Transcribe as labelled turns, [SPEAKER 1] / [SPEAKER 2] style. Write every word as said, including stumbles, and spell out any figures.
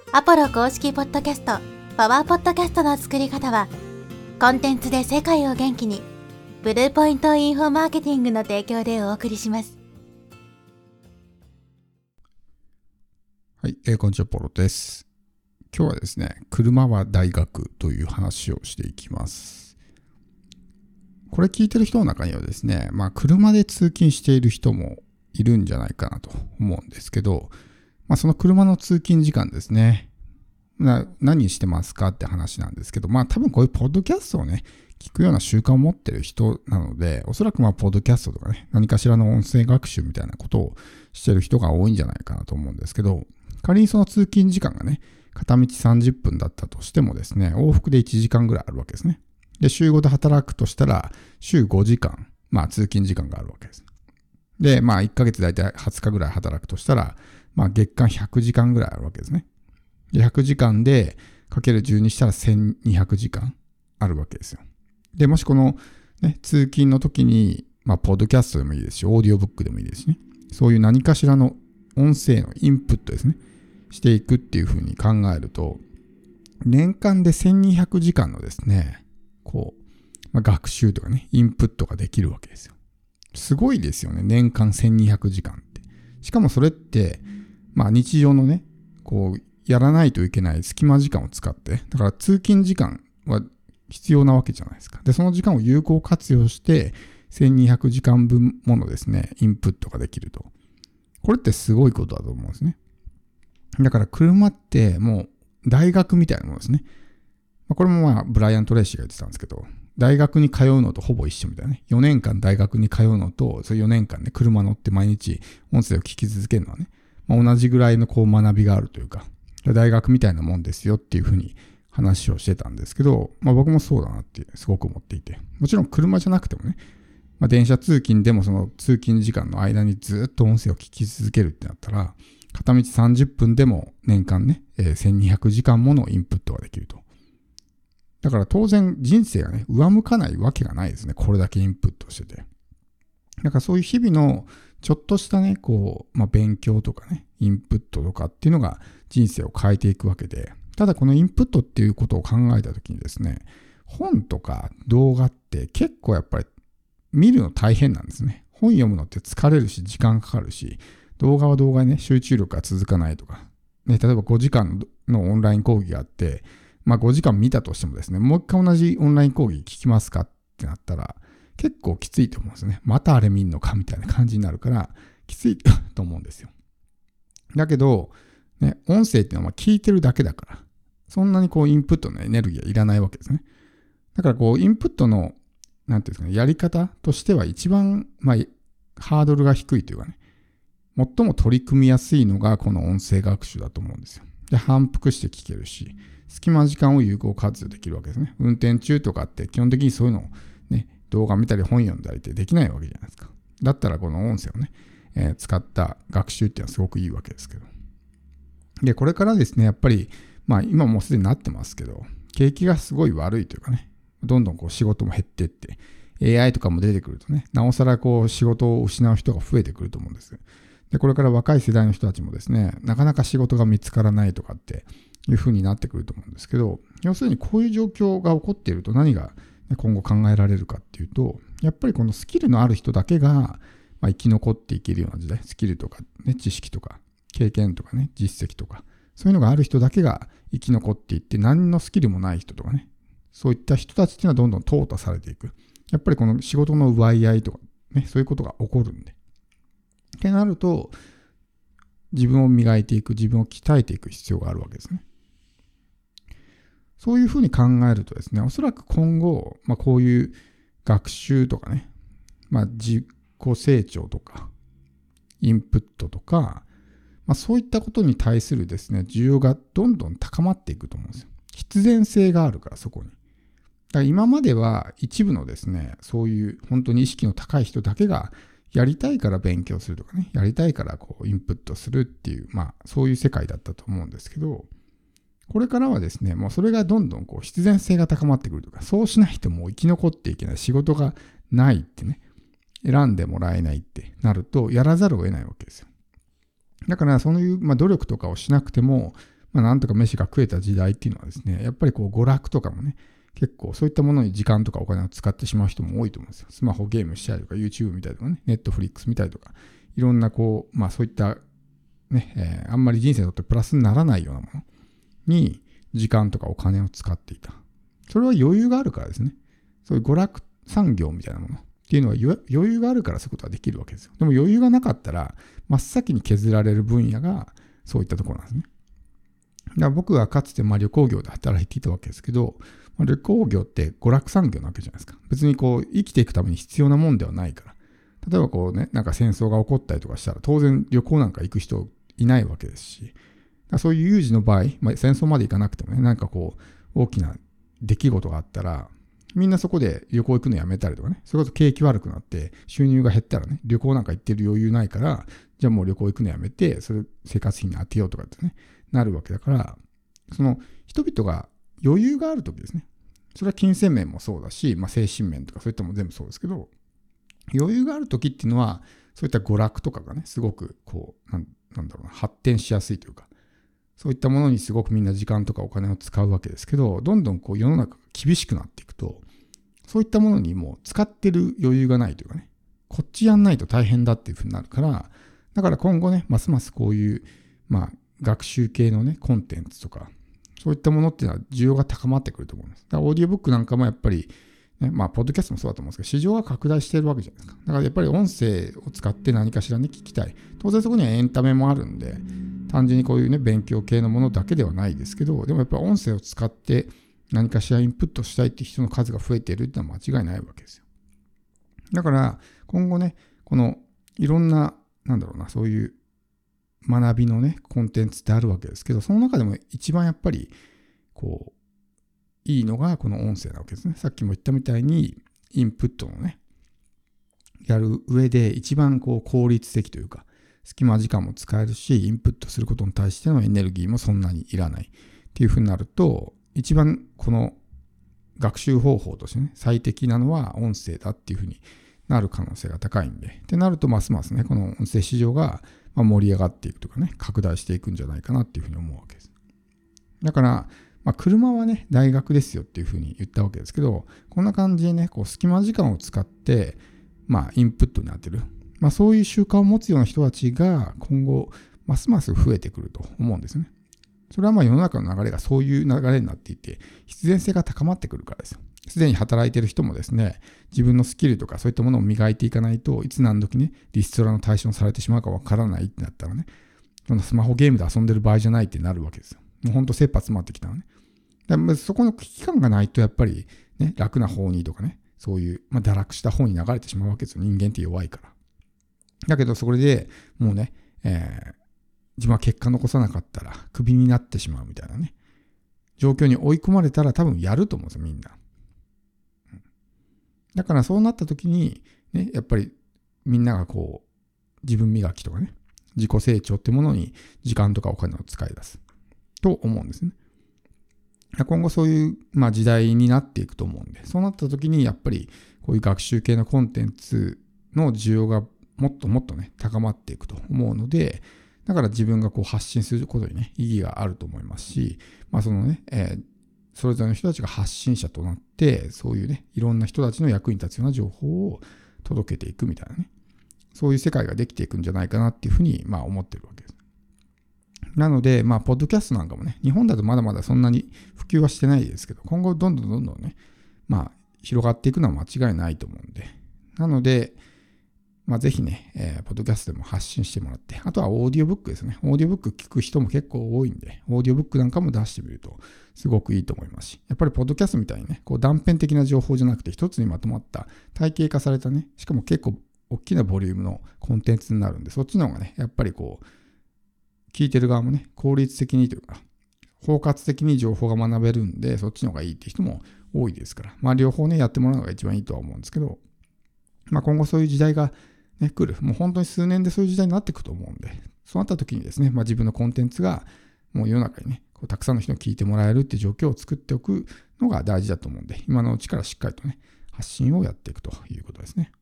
[SPEAKER 1] アポロ公式ポッドキャスト、パワーポッドキャストの作り方は、コンテンツで世界を元気に、ブルーポイントインフォマーケティングの提供でお送りします。
[SPEAKER 2] はい、えー、こんにちは、ポロです。今日はですね、車は大学という話をしていきます。これ聞いてる人の中にはですね、まあ車で通勤している人もいるんじゃないかなと思うんですけど、まあその車の通勤時間ですね、な何してますかって話なんですけど、まあ多分こういうポッドキャストをね、聞くような習慣を持ってる人なので、おそらくまあポッドキャストとかね、何かしらの音声学習みたいなことをしてる人が多いんじゃないかなと思うんですけど、仮にその通勤時間がね、片道さんじゅっぷんだったとしてもですね、往復でいちじかんぐらいあるわけですね。で、週ごで働くとしたら、週ごじかん、まあ通勤時間があるわけです。で、まあいっかげつだいたいはつかぐらい働くとしたら、まあ月間ひゃくじかんぐらいあるわけですね。で、ひゃくじかんでかけるじゅうにしたらせんにひゃくじかんあるわけですよ。で、もしこの、ね、通勤の時に、まあポッドキャストでもいいですし、オーディオブックでもいいですしね。そういう何かしらの音声のインプットですね。していくっていうふうに考えると、年間でせんにひゃくじかんのですね、こう、まあ、学習とかね、インプットができるわけですよ。すごいですよね、年間せんにひゃくじかんって。しかもそれって、まあ日常のね、こう、やらないといけない隙間時間を使って、だから通勤時間は必要なわけじゃないですか。で、その時間を有効活用して、せんにひゃくじかんぶんものですね、インプットができると。これってすごいことだと思うんですね。だから車ってもう大学みたいなものですね。これもまあブライアン・トレイシーが言ってたんですけど、大学に通うのとほぼ一緒みたいなね。よねんかん大学に通うのと、それよねんかんね、車乗って毎日音声を聞き続けるのはね、まあ、同じぐらいのこう学びがあるというか、大学みたいなもんですよっていうふうに話をしてたんですけど、まあ僕もそうだなってすごく思っていて、もちろん車じゃなくてもね、まあ、電車通勤でもその通勤時間の間にずっと音声を聞き続けるってなったら、片道さんじゅっぷんでも年間ね、えー、せんにひゃくじかんものインプットができると。だから当然人生がね、上向かないわけがないですね。これだけインプットしてて。だからそういう日々のちょっとしたね、こう、まあ、勉強とかね、インプットとかっていうのが人生を変えていくわけで、ただこのインプットっていうことを考えたときにですね、本とか動画って結構やっぱり見るの大変なんですね。本読むのって疲れるし、時間かかるし、動画は動画でね、集中力が続かないとか、ね、例えばごじかんのオンライン講義があって、まあごじかん見たとしてもですね、もう一回同じオンライン講義聞きますかってなったら、結構きついと思うんですね。またあれ見んのかみたいな感じになるから、きついと思うんですよ。だけど、ね、音声っていうのは聞いてるだけだから、そんなにこうインプットのエネルギーはいらないわけですね。だからこうインプットの、なんていうんですかね、やり方としては一番、まあ、ハードルが低いというかね、最も取り組みやすいのがこの音声学習だと思うんですよ。で、反復して聞けるし、隙間時間を有効活用できるわけですね。運転中とかって基本的にそういうのをね、動画見たり本読んだりってできないわけじゃないですか。だったらこの音声をね、えー、使った学習っていうのはすごくいいわけですけど。で、これからですね、やっぱり、まあ今もうすでになってますけど、景気がすごい悪いというかね、どんどんこう仕事も減っていって、エーアイ とかも出てくるとね、なおさらこう仕事を失う人が増えてくると思うんです。で、これから若い世代の人たちもですね、なかなか仕事が見つからないとかっていう風になってくると思うんですけど、要するにこういう状況が起こっていると何が今後考えられるかっていうと、やっぱりこのスキルのある人だけが、まあ、生き残っていけるような時代、スキルとか、ね、知識とか、経験とかね、実績とか、そういうのがある人だけが生き残っていって、何のスキルもない人とかね、そういった人たちっていうのはどんどん淘汰されていく。やっぱりこの仕事の奪い合いとか、ね、そういうことが起こるんで。ってなると、自分を磨いていく、自分を鍛えていく必要があるわけですね。そういうふうに考えるとですね、おそらく今後、まあ、こういう学習とかね、まあ、自己成長とか、インプットとか、まあ、そういったことに対するですね、需要がどんどん高まっていくと思うんですよ。必然性があるから、そこに。だから今までは一部のですね、そういう本当に意識の高い人だけがやりたいから勉強するとかね、やりたいからこうインプットするっていう、まあそういう世界だったと思うんですけど、これからはですね、もうそれがどんどんこう必然性が高まってくるとか、そうしないともう生き残っていけない、仕事がないってね、選んでもらえないってなると、やらざるを得ないわけですよ。だからそういう、まあ、努力とかをしなくても、 まあ、なんとか飯が食えた時代っていうのはですね、やっぱりこう娯楽とかもね、結構そういったものに時間とかお金を使ってしまう人も多いと思うんですよ。スマホゲームしたりとか YouTube 見たりとかね、Netflix 見たりとか、いろんなこう、まあそういったね、えー、あんまり人生にとってプラスにならないようなものに時間とかお金を使っていた。それは余裕があるからですね。そういう娯楽産業みたいなものっていうのは余裕があるからそういうことができるわけですよ。でも余裕がなかったら真っ先に削られる分野がそういったところなんですね。だから僕はかつてまあ旅行業で働いていたわけですけど、まあ、旅行業って娯楽産業なわけじゃないですか。別にこう生きていくために必要なもんではないから。例えばこうね、なんか戦争が起こったりとかしたら当然旅行なんか行く人いないわけですし、そういう有事の場合、まあ、戦争まで行かなくてもね、なんかこう大きな出来事があったら、みんなそこで旅行行くのやめたりとかね、それこそ景気悪くなって収入が減ったらね、旅行なんか行ってる余裕ないから、じゃあもう旅行行くのやめて、それ生活費に当てようとかってね、なるわけだから、その人々が余裕があるときですね、それは金銭面もそうだし、まあ、精神面とかそういったも全部そうですけど、余裕があるときっていうのは、そういった娯楽とかがね、すごくこう、なん、なんだろうな、発展しやすいというか、そういったものにすごくみんな時間とかお金を使うわけですけど、どんどんこう世の中が厳しくなっていくと、そういったものにもう使ってる余裕がないというかね、こっちやんないと大変だっていうふうになるから、だから今後ね、ますますこういう、まあ、学習系のね、コンテンツとか、そういったものっていうのは需要が高まってくると思います。だからオーディオブックなんかもやっぱり、ね、まあ、ポッドキャストもそうだと思うんですけど、市場が拡大しているわけじゃないですか。だからやっぱり音声を使って何かしらね、聞きたい。当然そこにはエンタメもあるんで、単純にこういうね、勉強系のものだけではないですけど、でもやっぱり音声を使って何かしらインプットしたいっていう人の数が増えているっていうのは間違いないわけですよ。だから今後ね、このいろんな、なんだろうな、そういう学びのね、コンテンツってあるわけですけど、その中でも一番やっぱり、こう、いいのがこの音声なわけですね。さっきも言ったみたいに、インプットのね、やる上で一番こう効率的というか、隙間時間も使えるし、インプットすることに対してのエネルギーもそんなにいらないっていうふうになると、一番この学習方法としてね、最適なのは音声だっていうふうになる可能性が高いんで、ってなるとますますね、この音声市場が盛り上がっていくとかね、拡大していくんじゃないかなっていうふうに思うわけです。だから、まあ、車はね、大学ですよっていうふうに言ったわけですけど、こんな感じでね、こう隙間時間を使って、まあ、インプットに当てる。まあ、そういう習慣を持つような人たちが今後、ますます増えてくると思うんですね。それはまあ世の中の流れがそういう流れになっていて、必然性が高まってくるからですよ。すでに働いている人もですね、自分のスキルとかそういったものを磨いていかないといつ何時ね、リストラの対象にされてしまうかわからないってなったらね、そのスマホゲームで遊んでる場合じゃないってなるわけですよ。もうほんと切羽詰まってきたのね。だからそこの危機感がないとやっぱりね、楽な方にとかね、そういう、まあ、堕落した方に流れてしまうわけですよ。人間って弱いから。だけどそれでもうね、えー、自分は結果残さなかったらクビになってしまうみたいなね、状況に追い込まれたら多分やると思うんですよ、みんな。だからそうなった時に、ね、やっぱりみんながこう、自分磨きとかね、自己成長ってものに時間とかお金を使い出すと思うんですね。今後そういう、まあ、時代になっていくと思うんで、そうなった時にやっぱりこういう学習系のコンテンツの需要がもっともっとね、高まっていくと思うので、だから自分がこう発信することにね、意義があると思いますし、まあそのね、えー、それぞれの人たちが発信者となって、そういうね、いろんな人たちの役に立つような情報を届けていくみたいなね、そういう世界ができていくんじゃないかなっていうふうに、まあ思ってるわけです。なので、まあ、ポッドキャストなんかもね、日本だとまだまだそんなに普及はしてないですけど、今後どんどんどんどんね、まあ、広がっていくのは間違いないと思うんで、なので、まあ、ぜひね、えー、ポッドキャストでも発信してもらって、あとはオーディオブックですね。オーディオブック聞く人も結構多いんで、オーディオブックなんかも出してみると、すごくいいと思いますし、やっぱりポッドキャストみたいにね、こう断片的な情報じゃなくて、一つにまとまった体系化されたね、しかも結構大きなボリュームのコンテンツになるんで、そっちの方がね、やっぱりこう、聞いてる側もね、効率的にというか、包括的に情報が学べるんで、そっちの方がいいって人も多いですから、まあ両方ね、やってもらうのが一番いいとは思うんですけど、まあ今後そういう時代がね、来る。もう本当に数年でそういう時代になっていくと思うんで、そうなった時にですね、まあ自分のコンテンツがもう世の中にね、こうたくさんの人に聞いてもらえるっていう状況を作っておくのが大事だと思うんで、今のうちからしっかりとね、発信をやっていくということですね。